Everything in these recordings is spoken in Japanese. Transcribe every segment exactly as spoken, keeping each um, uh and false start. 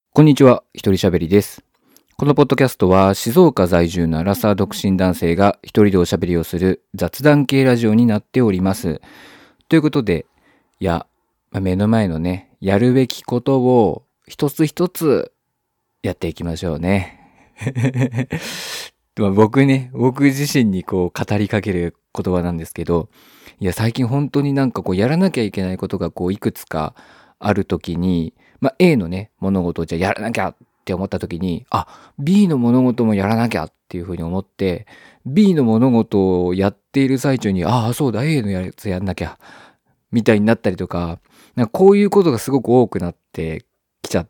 こんにちは、一人喋りです。このポッドキャストは静岡在住のアラサー独身男性が一人でおしゃべりをする雑談系ラジオになっております。ということで、いや、目の前のね、やるべきことを一つ一つやっていきましょうね。僕ね、僕自身にこう語りかける言葉なんですけど、いや最近本当になんかこうやらなきゃいけないことがこういくつかあるときに、まあ A のね、物事をじゃあやらなきゃって思ったときに、あ、B の物事もやらなきゃっていうふうに思って、B の物事をやっている最中に、ああ、そうだ、A のやつやんなきゃ、みたいになったりとか、なんかこういうことがすごく多くなってきちゃって、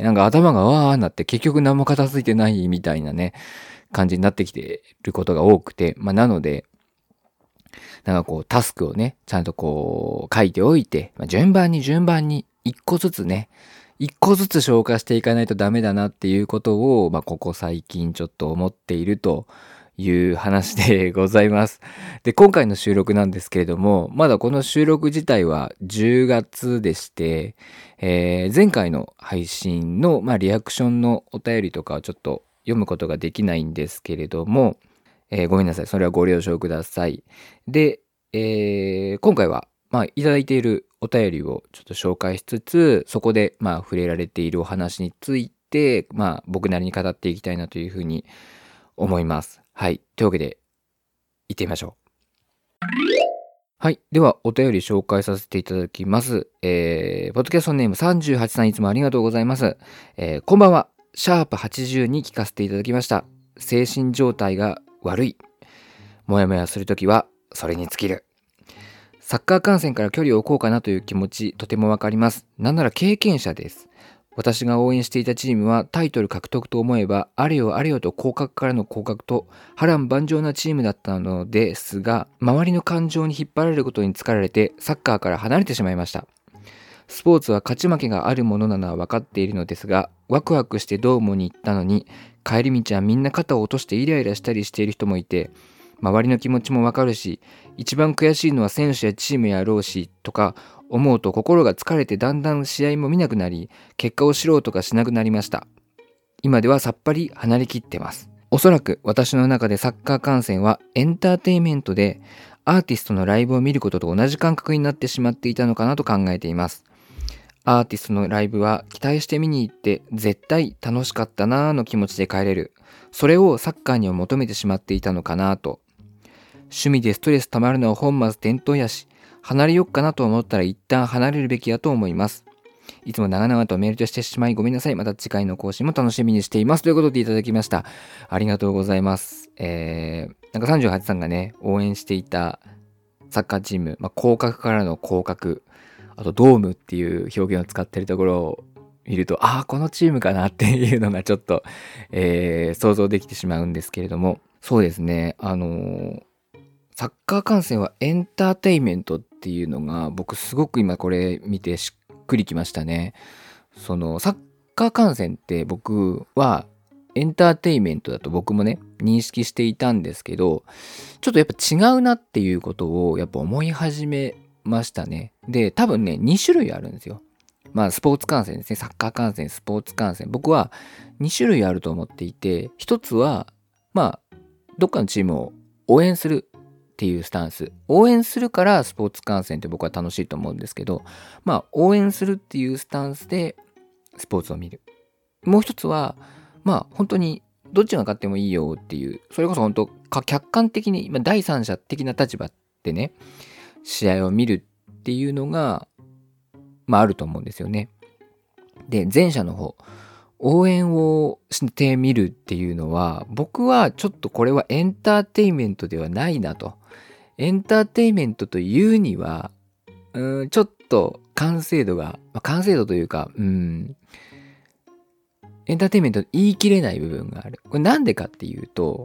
なんか頭がわーなって結局何も片付いてないみたいなね、感じになってきてることが多くて、まあなので、なんかこうタスクをね、ちゃんとこう書いておいて、まあ、順番に順番に一個ずつね、一個ずつ消化していかないとダメだなっていうことを、まあここ最近ちょっと思っているという話でございます。で、今回の収録なんですけれども、まだこの収録自体はじゅうがつでして、えー前回の配信の、まあ、リアクションのお便りとかをちょっと読むことができないんですけれども、えーごめんなさい。それはご了承ください。で、えー今回は、まあ、いただいているお便りをちょっと紹介しつつ、そこで、まあ、触れられているお話について、まあ、僕なりに語っていきたいなというふうに思います。はい。というわけで、行ってみましょう。はい。では、お便り紹介させていただきます。えー、ポッドキャストネームさんじゅうはちさんいつもありがとうございます。えー、こんばんは。シャープはちじゅうに聞かせていただきました。精神状態が悪い。もやもやするときは、それに尽きる。サッカー観戦から距離を置こうかなという気持ち、とてもわかります。なんなら経験者です。私が応援していたチームはタイトル獲得と思えば、あれよあれよと降格からの降格と波乱万丈なチームだったのですが、周りの感情に引っ張られることに疲れて、サッカーから離れてしまいました。スポーツは勝ち負けがあるものなのは分かっているのですが、ワクワクしてドームに行ったのに、帰り道はみんな肩を落としてイライラしたりしている人もいて、周りの気持ちもわかるし、一番悔しいのは選手やチームやろうしとか思うと心が疲れてだんだん試合も見なくなり、結果を知ろうとかしなくなりました。今ではさっぱり離れきってます。おそらく私の中でサッカー観戦はエンターテインメントで、アーティストのライブを見ることと同じ感覚になってしまっていたのかなと考えています。アーティストのライブは期待して見に行って絶対楽しかったなーの気持ちで帰れる。それをサッカーには求めてしまっていたのかなと。趣味でストレス溜まるのは本末転倒やし、離れよっかなと思ったら一旦離れるべきやと思います。いつも長々とメールとしてしまいごめんなさい。また次回の更新も楽しみにしています。ということでいただきました。ありがとうございます。えー、なんかさんじゅうはちさんがね、応援していたサッカーチーム、まあ、降格からの降格、あとドームっていう表現を使っているところを見ると、ああ、このチームかなっていうのがちょっと、えー、想像できてしまうんですけれども、そうですね、あのーサッカー観戦はエンターテインメントっていうのが僕すごく今これ見てしっくりきましたね。そのサッカー観戦って僕はエンターテインメントだと僕もね認識していたんですけど、ちょっとやっぱ違うなっていうことをやっぱ思い始めましたね。で、多分ねに種類あるんですよ。まあスポーツ観戦ですね。サッカー観戦、スポーツ観戦。僕はに種類あると思っていて、一つはまあどっかのチームを応援するっていうスタンス。応援するからスポーツ観戦って僕は楽しいと思うんですけど、まあ応援するっていうスタンスでスポーツを見る。もう一つは、まあ本当にどっちが勝ってもいいよっていう、それこそ本当客観的に、まあ、第三者的な立場でね、試合を見るっていうのが、まああると思うんですよね。で、前者の方、応援をしてみるっていうのは、僕はちょっとこれはエンターテインメントではないなと。エンターテインメントというには、うーん、ちょっと完成度が、まあ、完成度というか、うん、エンターテインメントと言い切れない部分がある。これなんでかっていうと、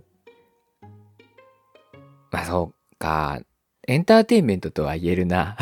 まあそうか、エンターテインメントとは言えるな。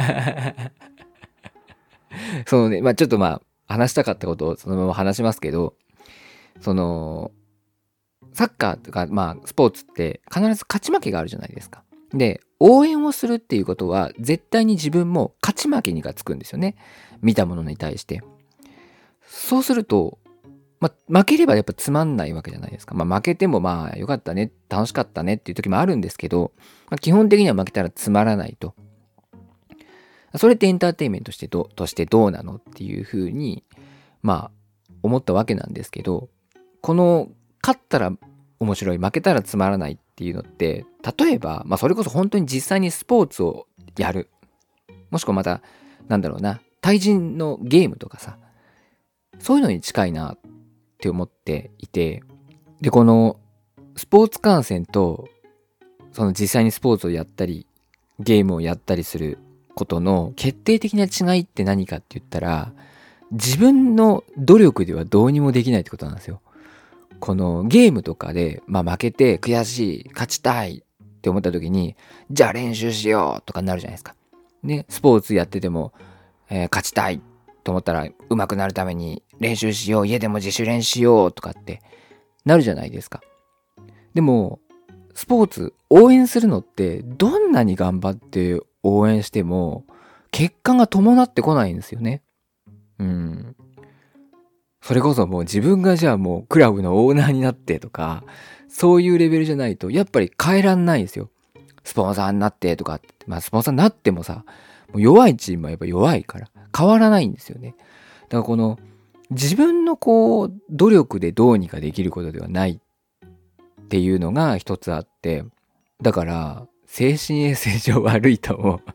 そのね、まあちょっとまあ話したかったことをそのまま話しますけど、その、サッカーとか、まあスポーツって必ず勝ち負けがあるじゃないですか。で、応援をするっていうことは絶対に自分も勝ち負けにがつくんですよね。見たものに対して。そうすると、 まあ、負ければやっぱつまんないわけじゃないですか。まあ、負けてもまあ、よかったね、楽しかったねっていう時もあるんですけど、まあ、基本的には負けたらつまらないと。それってエンターテインメントとしてどとしてどうなのっていうふうに、まあ、思ったわけなんですけど、この、勝ったら面白い、負けたらつまらないっていうのって、例えば、まあ、それこそ本当に実際にスポーツをやる。もしくはまた、なんだろうな、対人のゲームとかさ、そういうのに近いなって思っていて、で、このスポーツ観戦と、その実際にスポーツをやったり、ゲームをやったりすることの決定的な違いって何かって言ったら、自分の努力ではどうにもできないってことなんですよ。このゲームとかで、まあ負けて悔しい、勝ちたいって思った時に、じゃあ練習しようとかなるじゃないですか。ね、スポーツやってても、えー勝ちたいと思ったら上手くなるために練習しよう、家でも自主練しようとかってなるじゃないですか。でも、スポーツ応援するのってどんなに頑張って応援しても結果が伴ってこないんですよね。うん。それこそもう自分がじゃあもうクラブのオーナーになってとか、そういうレベルじゃないとやっぱり変えらんないんですよ。スポンサーになってとかって。まあスポンサーになってもさ、もう弱いチームはやっぱ弱いから変わらないんですよね。だからこの自分のこう努力でどうにかできることではないっていうのが一つあって、だから精神衛生上悪いと思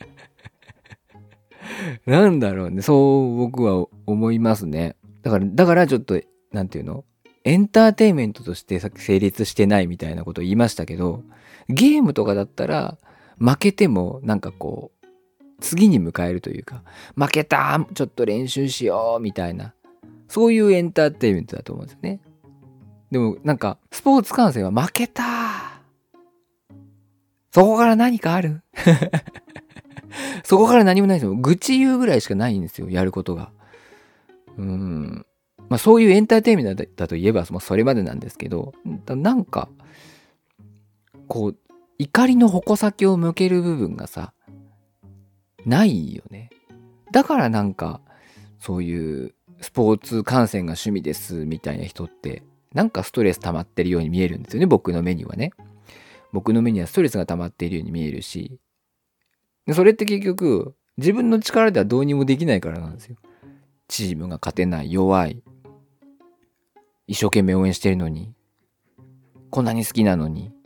う。なんだろうね、そう僕は思いますね。だから、だからちょっと、なんていうの？エンターテインメントとしてさっき成立してないみたいなことを言いましたけど、ゲームとかだったら、負けてもなんかこう、次に迎えるというか、負けたちょっと練習しようみたいな、そういうエンターテインメントだと思うんですよね。でもなんか、スポーツ観戦は負けたそこから何かあるそこから何もないですよ。愚痴言うぐらいしかないんですよ、やることが。うーん。まあそういうエンターテインメントだといえば、もうそれまでなんですけど、なんか、こう、怒りの矛先を向ける部分がさ、ないよね。だからなんか、そういうスポーツ観戦が趣味ですみたいな人って、なんかストレス溜まってるように見えるんですよね、僕の目にはね。僕の目にはストレスが溜まっているように見えるし、でそれって結局、自分の力ではどうにもできないからなんですよ。チームが勝てない、弱い。一生懸命応援してるのに。こんなに好きなのに。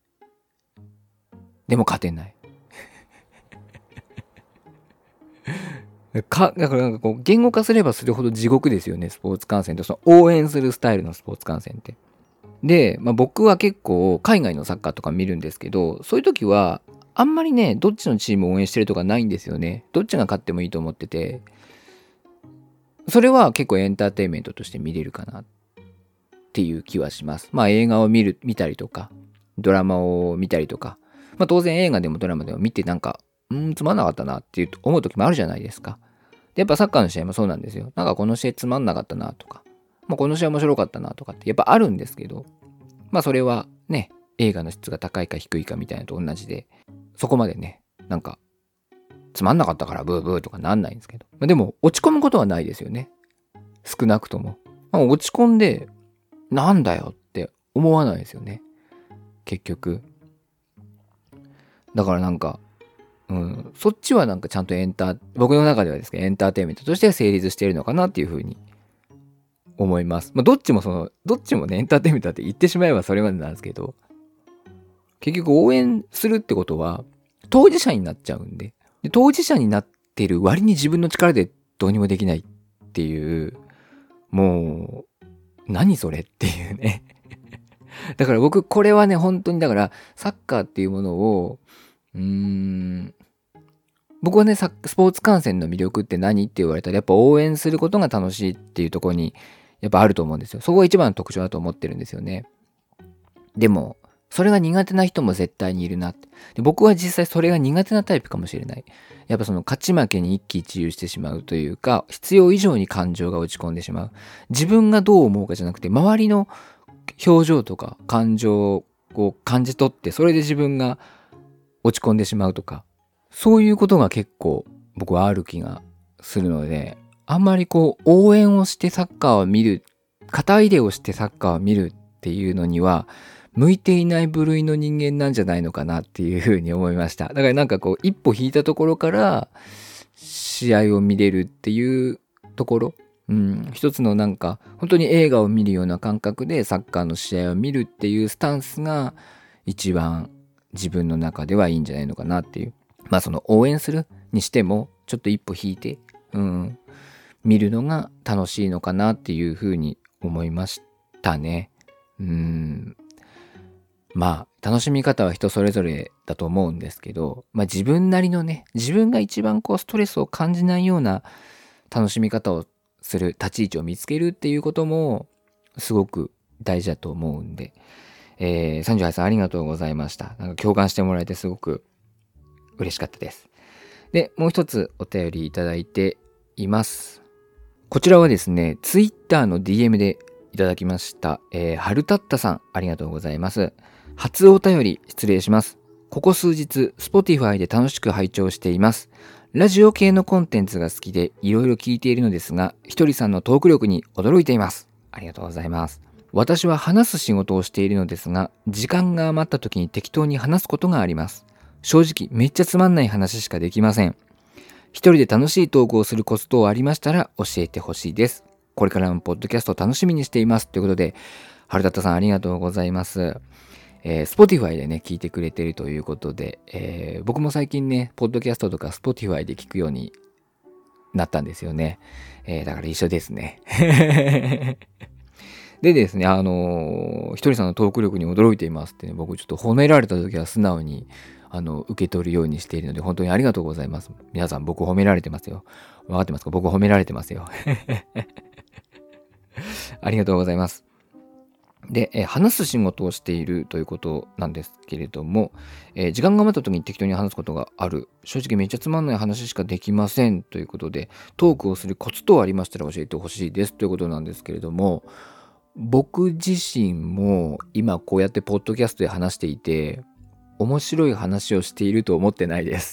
でも勝てない。か、だからなんかこう、言語化すればするほど地獄ですよね、スポーツ観戦と、その応援するスタイルのスポーツ観戦って。で、まあ僕は結構海外のサッカーとか見るんですけど、そういう時は、あんまりね、どっちのチームを応援してるとかないんですよね。どっちが勝ってもいいと思ってて、それは結構エンターテインメントとして見れるかなっていう気はします。まあ映画を見る、見たりとか、ドラマを見たりとか、まあ当然映画でもドラマでも見てなんか、うーん、つまんなかったなっていう思う時もあるじゃないですか。で、やっぱサッカーの試合もそうなんですよ。なんかこの試合つまんなかったなとか、まあこの試合面白かったなとかってやっぱあるんですけど、まあそれはね、映画の質が高いか低いかみたいなのと同じで、そこまでね、なんか、つまんなかったからブーブーとかなんないんですけど。でも、落ち込むことはないですよね。少なくとも。まあ、落ち込んで、なんだよって思わないですよね。結局。だからなんか、うん、そっちはなんかちゃんとエンター、僕の中ではですね、エンターテインメントとして成立しているのかなっていうふうに思います。まあ、どっちもその、どっちもね、エンターテインメントだって言ってしまえばそれまでなんですけど、結局応援するってことは、当事者になっちゃうんで、で当事者になってる割に自分の力でどうにもできないっていう、もう、何それっていうね。だから僕、これはね、本当にだから、サッカーっていうものを、うーん、僕はね、スポーツ観戦の魅力って何って言われたら、やっぱ応援することが楽しいっていうところに、やっぱあると思うんですよ。そこが一番の特徴だと思ってるんですよね。でも、それが苦手な人も絶対にいるなって。で、僕は実際それが苦手なタイプかもしれない。やっぱその勝ち負けに一喜一憂してしまうというか、必要以上に感情が落ち込んでしまう。自分がどう思うかじゃなくて、周りの表情とか感情を感じ取って、それで自分が落ち込んでしまうとか、そういうことが結構僕はある気がするので、あんまりこう応援をしてサッカーを見る肩入れをしてサッカーを見るっていうのには向いていない部類の人間なんじゃないのかなっていうふうに思いました。だからなんかこう一歩引いたところから試合を見れるっていうところ、うん、一つのなんか本当に映画を見るような感覚でサッカーの試合を見るっていうスタンスが一番自分の中ではいいんじゃないのかなっていう。まあその応援するにしてもちょっと一歩引いて、うん、見るのが楽しいのかなっていうふうに思いましたね。うん、まあ楽しみ方は人それぞれだと思うんですけど、まあ自分なりのね、自分が一番こうストレスを感じないような楽しみ方をする立ち位置を見つけるっていうこともすごく大事だと思うんで、えー、さんじゅうはちさんありがとうございました。なんか共感してもらえてすごく嬉しかったです。で、もう一つお便りいただいています。こちらはですね、ツイッターの ディーエム でいただきました。えー、はるたったさん、ありがとうございます。初お便り失礼します。ここ数日、Spotify で楽しく拝聴しています。ラジオ系のコンテンツが好きでいろいろ聞いているのですが、ひとりさんのトーク力に驚いています。ありがとうございます。私は話す仕事をしているのですが、時間が余った時に適当に話すことがあります。正直めっちゃつまんない話しかできません。一人で楽しいトークをするコツ等ありましたら教えてほしいです。これからもポッドキャストを楽しみにしています。ということで、はるたったさんありがとうございます。えー、Spotify でね、聞いてくれてるということで、えー、僕も最近ね、ポッドキャストとか Spotify で聞くようになったんですよね。えー、だから一緒ですね。でですね、あのー、ひとりさんのトーク力に驚いていますってね、僕ちょっと褒められた時は素直に、あの、受け取るようにしているので、本当にありがとうございます。皆さん僕褒められてますよ。わかってますか？僕褒められてますよ。ありがとうございます。で、えー、話す仕事をしているということなんですけれども、えー、時間が余った時に適当に話すことがある。正直めっちゃつまんない話しかできませんということで、トークをするコツ等ありましたら教えてほしいですということなんですけれども、僕自身も今こうやってポッドキャストで話していて、面白い話をしていると思ってないです。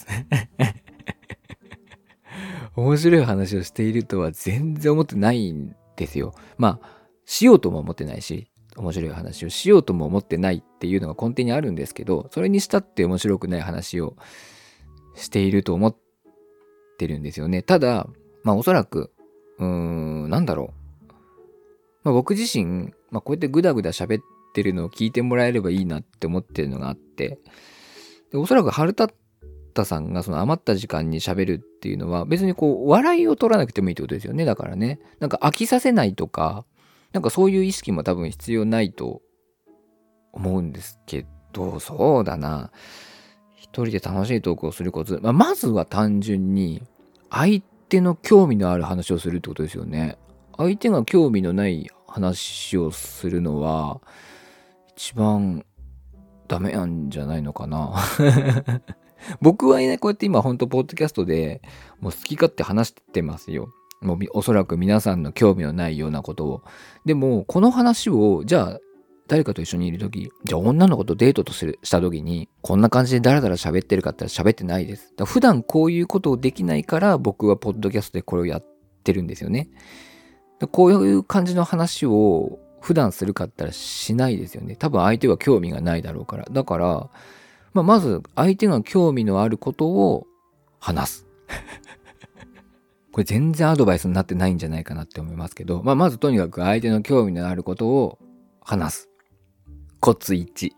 面白い話をしているとは全然思ってないんですよ。まあ、しようとも思ってないし、面白い話をしようとも思ってないっていうのが根底にあるんですけど、それにしたって面白くない話をしていると思ってるんですよね。ただ、まあおそらく、うーん、なんだろう。まあ、僕自身、まあ、こうやってグダグダ喋ってるのを聞いてもらえればいいなって思ってるのがあって、でおそらくハルタッタさんがその余った時間に喋るっていうのは別にこう笑いを取らなくてもいいってことですよね。だからね、なんか飽きさせないとか、なんかそういう意識も多分必要ないと思うんですけど、そうだな。一人で楽しいトークをするコツ。まあ、まずは単純に相手の興味のある話をするってことですよね。相手が興味のない話をするのは一番ダメなんじゃないのかな。僕はね、こうやって今本当ポッドキャストでもう好き勝手話してますよ。もうおそらく皆さんの興味のないようなことを。でもこの話をじゃあ誰かと一緒にいるとき、じゃあ女の子とデートとするしたときにこんな感じでダラダラ喋ってるかって言ったら喋ってないです。だから普段こういうことをできないから僕はポッドキャストでこれをやってるんですよね。こういう感じの話を普段するかって言ったらしないですよね。多分相手は興味がないだろうから。だから、まあ、まず相手が興味のあることを話す。これ全然アドバイスになってないんじゃないかなって思いますけど、まあ、まずとにかく相手の興味のあることを話す。コツいち。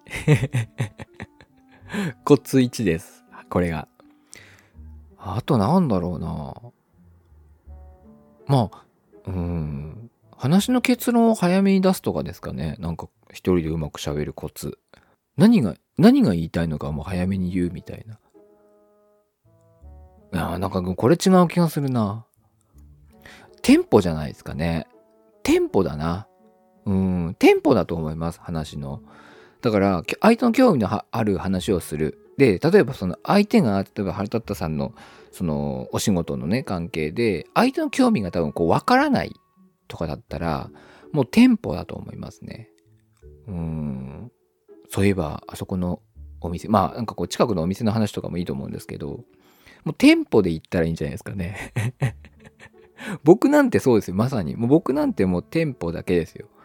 コツいちです。これが。あとなんだろうな。まあ、うーん。話の結論を早めに出すとかですかね。なんか一人でうまく喋るコツ。何が、何が言いたいのかもう早めに言うみたいな。いやーなんかこれ違う気がするな。テンポじゃないですかね。テンポだな。うん、テンポだと思います、話の。だから、相手の興味のある話をする。で、例えばその相手が、例えばハルタッタさんのそのお仕事のね、関係で、相手の興味が多分こうわからないとかだったら、もうテンポだと思いますね。うーん。そういえば、あそこのお店、まあなんかこう近くのお店の話とかもいいと思うんですけど、もうテンポで言ったらいいんじゃないですかね。僕なんてそうですよ、まさに。もう僕なんてもうテンポだけですよ。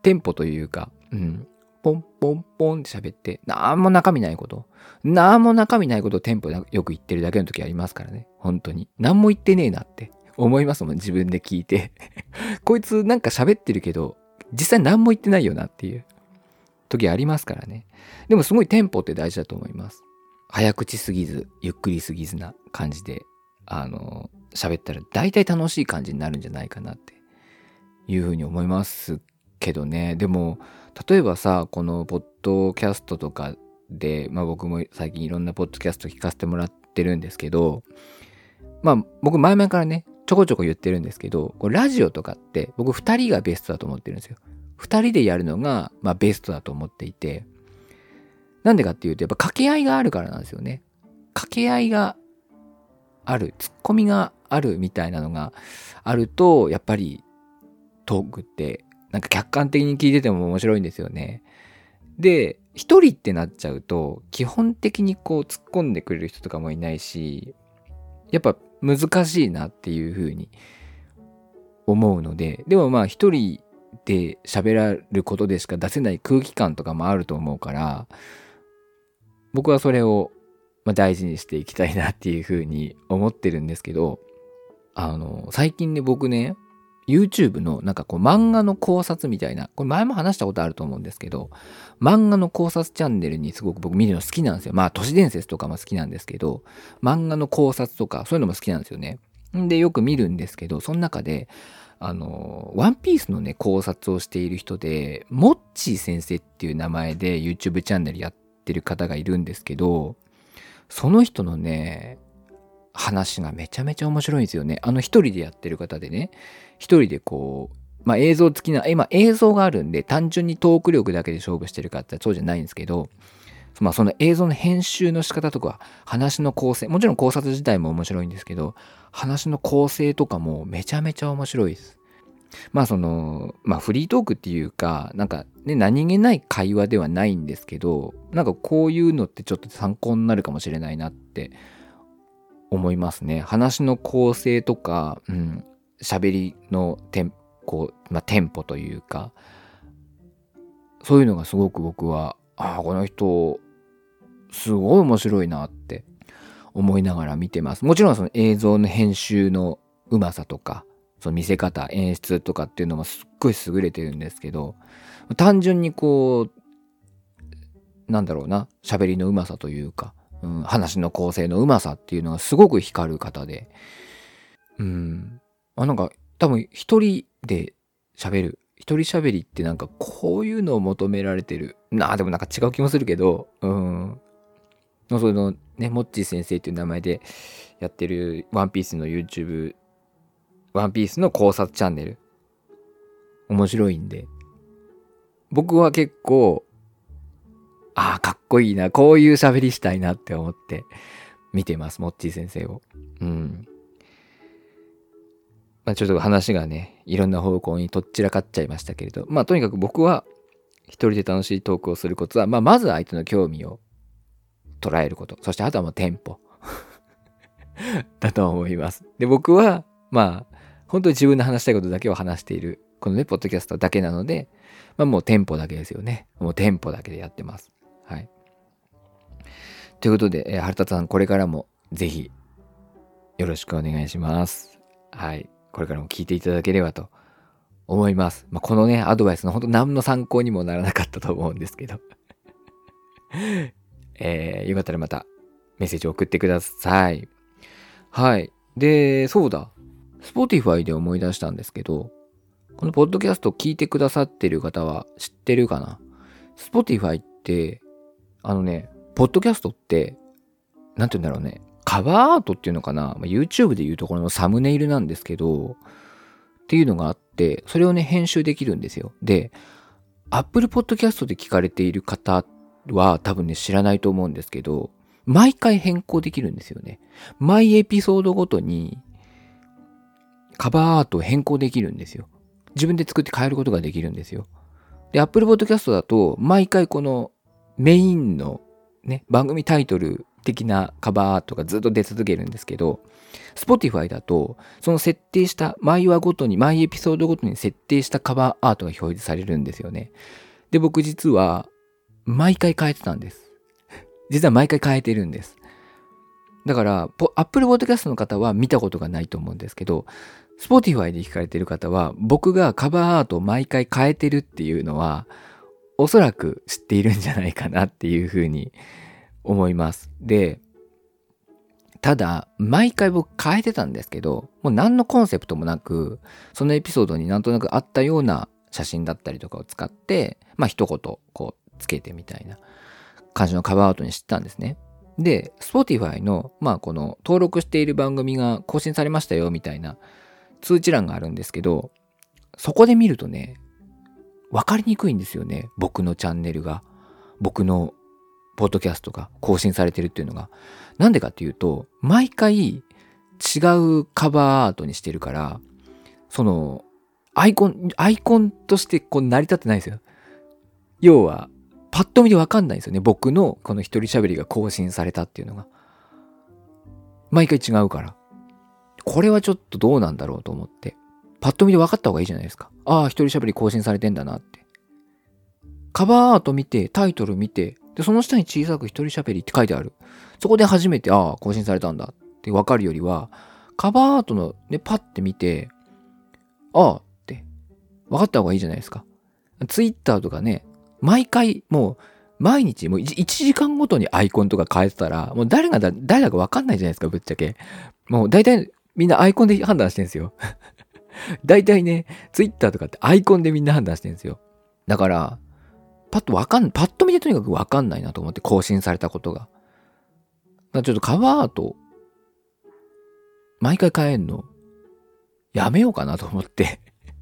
テンポというか、うん、ポンポンポンって喋って、なんも中身ないこと、なんも中身ないことをテンポでよく言ってるだけの時ありますからね。本当に。なんも言ってねえなって思いますもん、自分で聞いて。こいつなんか喋ってるけど、実際何も言ってないよなっていう時ありますからね。でもすごいテンポって大事だと思います。早口すぎず、ゆっくりすぎずな感じで、あの、喋ったら大体楽しい感じになるんじゃないかなっていうふうに思いますけどね。でも、例えばさ、このポッドキャストとかで、まあ僕も最近いろんなポッドキャスト聞かせてもらってるんですけど、まあ僕前々からね、ちょこちょこ言ってるんですけど、これラジオとかって僕ふたりがベストだと思ってるんですよ。ふたりでやるのが、まあ、ベストだと思っていて、なんでかっていうとやっぱ掛け合いがあるからなんですよね。掛け合いがある、ツッコミがあるみたいなのがあると、やっぱりトークってなんか客観的に聞いてても面白いんですよね。で、一人ってなっちゃうと基本的にこう突っ込んでくれる人とかもいないし、やっぱ難しいなっていう風に思うので、でもまあ一人で喋られることでしか出せない空気感とかもあると思うから、僕はそれを大事にしていきたいなっていう風に思ってるんですけど、あの最近ね僕ね YouTube のなんかこう漫画の考察みたいな、これ前も話したことあると思うんですけど、漫画の考察チャンネルにすごく僕見るの好きなんですよ。まあ都市伝説とかも好きなんですけど、漫画の考察とかそういうのも好きなんですよね。でよく見るんですけど、その中であのワンピースのね考察をしている人でモッチー先生っていう名前で YouTube チャンネルやってる方がいるんですけど、その人のね話がめちゃめちゃ面白いんですよね。あの一人でやってる方でね、一人でこうまあ映像付きな、今映像があるんで単純にトーク力だけで勝負してるかってそうじゃないんですけど、まあその映像の編集の仕方とか話の構成、もちろん考察自体も面白いんですけど、話の構成とかもめちゃめちゃ面白いです。まあそのまあフリートークっていうかなんかね何気ない会話ではないんですけど、なんかこういうのってちょっと参考になるかもしれないなって思いますね。話の構成とか、うん、喋りのテンポ、まあ、テンポというか、そういうのがすごく僕は、ああ、この人、すごい面白いなって思いながら見てます。もちろんその映像の編集のうまさとか、その見せ方、演出とかっていうのもすっごい優れてるんですけど、単純にこう、なんだろうな、喋りのうまさというか、うん、話の構成のうまさっていうのがすごく光る方で、うん、あなんか多分一人で喋る、一人喋りってなんかこういうのを求められてるなあ、でもなんか違う気もするけど、うん、そのねモッチー先生っていう名前でやってるワンピースの YouTube、 ワンピースの考察チャンネル面白いんで、僕は結構ああ、かっこいいな。こういう喋りしたいなって思って見てます。モッチー先生を。うん。まあちょっと話がね、いろんな方向にとっちらかっちゃいましたけれど、まあとにかく僕は一人で楽しいトークをすることは、まあまず相手の興味を捉えること。そしてあとはもうテンポ。だと思います。で、僕は、まあ、本当に自分の話したいことだけを話している、このね、ポッドキャストだけなので、まあもうテンポだけですよね。もうテンポだけでやってます。はい。ということで、えー、春田さん、これからもぜひよろしくお願いします。はい。これからも聞いていただければと思います。まあ、このね、アドバイスの本当何の参考にもならなかったと思うんですけど。えー、よかったらまたメッセージ送ってください。はい。で、そうだ。Spotify で思い出したんですけど、このポッドキャスト聞いてくださってる方は知ってるかな？ Spotify って、あのね、ポッドキャストって、なんて言うんだろうね。カバーアートっていうのかな、まあ、YouTube でいうところのサムネイルなんですけど、っていうのがあって、それをね、編集できるんですよ。で、Apple Podcast で聞かれている方は多分ね、知らないと思うんですけど、毎回変更できるんですよね。毎エピソードごとにカバーアートを変更できるんですよ。自分で作って変えることができるんですよ。で、Apple Podcast だと、毎回このメインのね、番組タイトル的なカバーアートがずっと出続けるんですけど、Spotify だとその設定した毎話ごとに毎エピソードごとに設定したカバーアートが表示されるんですよね。で、僕実は毎回変えてたんです。実は毎回変えてるんです。だから、Apple Podcast の方は見たことがないと思うんですけど、Spotify で聞かれてる方は、僕がカバーアートを毎回変えてるっていうのは、おそらく知っているんじゃないかなっていうふうに思います。で、ただ、毎回僕変えてたんですけど、もう何のコンセプトもなく、そのエピソードになんとなくあったような写真だったりとかを使って、まあ一言こうつけてみたいな感じのカバーアートにしたんですね。で、Spotify の、まあこの登録している番組が更新されましたよみたいな通知欄があるんですけど、そこで見るとね、わかりにくいんですよね。僕のチャンネルが、僕のポッドキャストが更新されてるっていうのが。なんでかっていうと、毎回違うカバーアートにしてるから、その、アイコン、アイコンとしてこう成り立ってないんですよ。要は、パッと見でわかんないんですよね。僕のこの一人喋りが更新されたっていうのが。毎回違うから。これはちょっとどうなんだろうと思って。パッと見で分かった方がいいじゃないですか。ああ、一人喋り更新されてんだなって。カバーアート見て、タイトル見て、で、その下に小さく一人喋りって書いてある。そこで初めて、ああ、更新されたんだって分かるよりは、カバーアートのね、パッて見て、ああって分かった方がいいじゃないですか。ツイッターとかね、毎回もう毎日もういちじかんごとにアイコンとか変えてたら、もう誰がだ誰だか分かんないじゃないですか、ぶっちゃけ。もう大体みんなアイコンで判断してるんですよ。大体ね、ツイッターとかってアイコンでみんな判断してるんですよ。だから、パッとわかん、パッと見てとにかくわかんないなと思って更新されたことが。だからちょっとカバーアート、毎回変えんの、やめようかなと思って。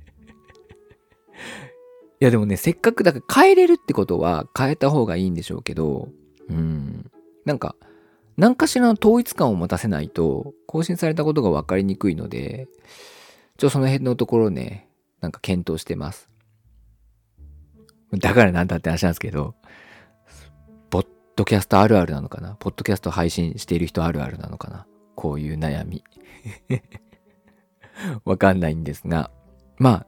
いやでもね、せっかくだから変えれるってことは変えた方がいいんでしょうけど、うん。なんか、何かしらの統一感を持たせないと、更新されたことが分かりにくいので、ちょっとその辺のところね、なんか検討してます。だからなんだって話なんですけど、ポッドキャストあるあるなのかな？ポッドキャスト配信している人あるあるなのかな？こういう悩み。わかんないんですが、ま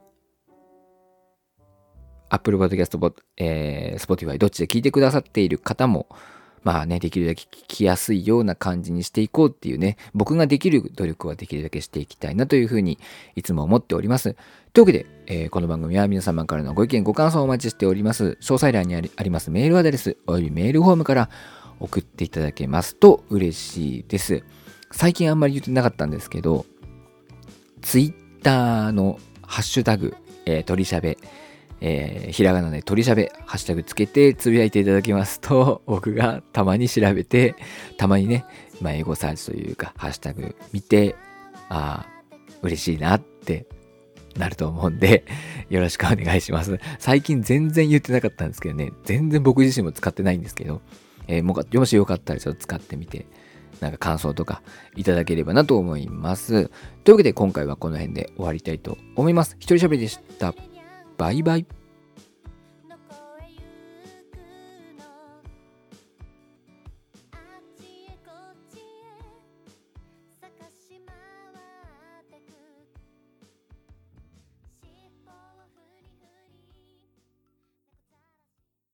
あ、Apple Podcast、えー、Spotify どっちで聞いてくださっている方も、まあね、できるだけ聞きやすいような感じにしていこうっていうね、僕ができる努力はできるだけしていきたいなというふうにいつも思っております。というわけで、えー、この番組は皆様からのご意見ご感想をお待ちしております。詳細欄にあり、ありますメールアドレスおよびメールフォームから送っていただけますと嬉しいです。最近あんまり言ってなかったんですけど、Twitter のハッシュタグ、えー、鳥しゃべ、えー、ひらがなで鳥しゃべハッシュタグつけてつぶやいていただきますと、僕がたまに調べて、たまにね、まあ、英語サーチというかハッシュタグ見て、ああ嬉しいなってなると思うんで、よろしくお願いします。最近全然言ってなかったんですけどね、全然僕自身も使ってないんですけど、えー、ももしよかったらちょっと使ってみて、なんか感想とかいただければなと思います。というわけで今回はこの辺で終わりたいと思います。一人喋りでした。バイバイ。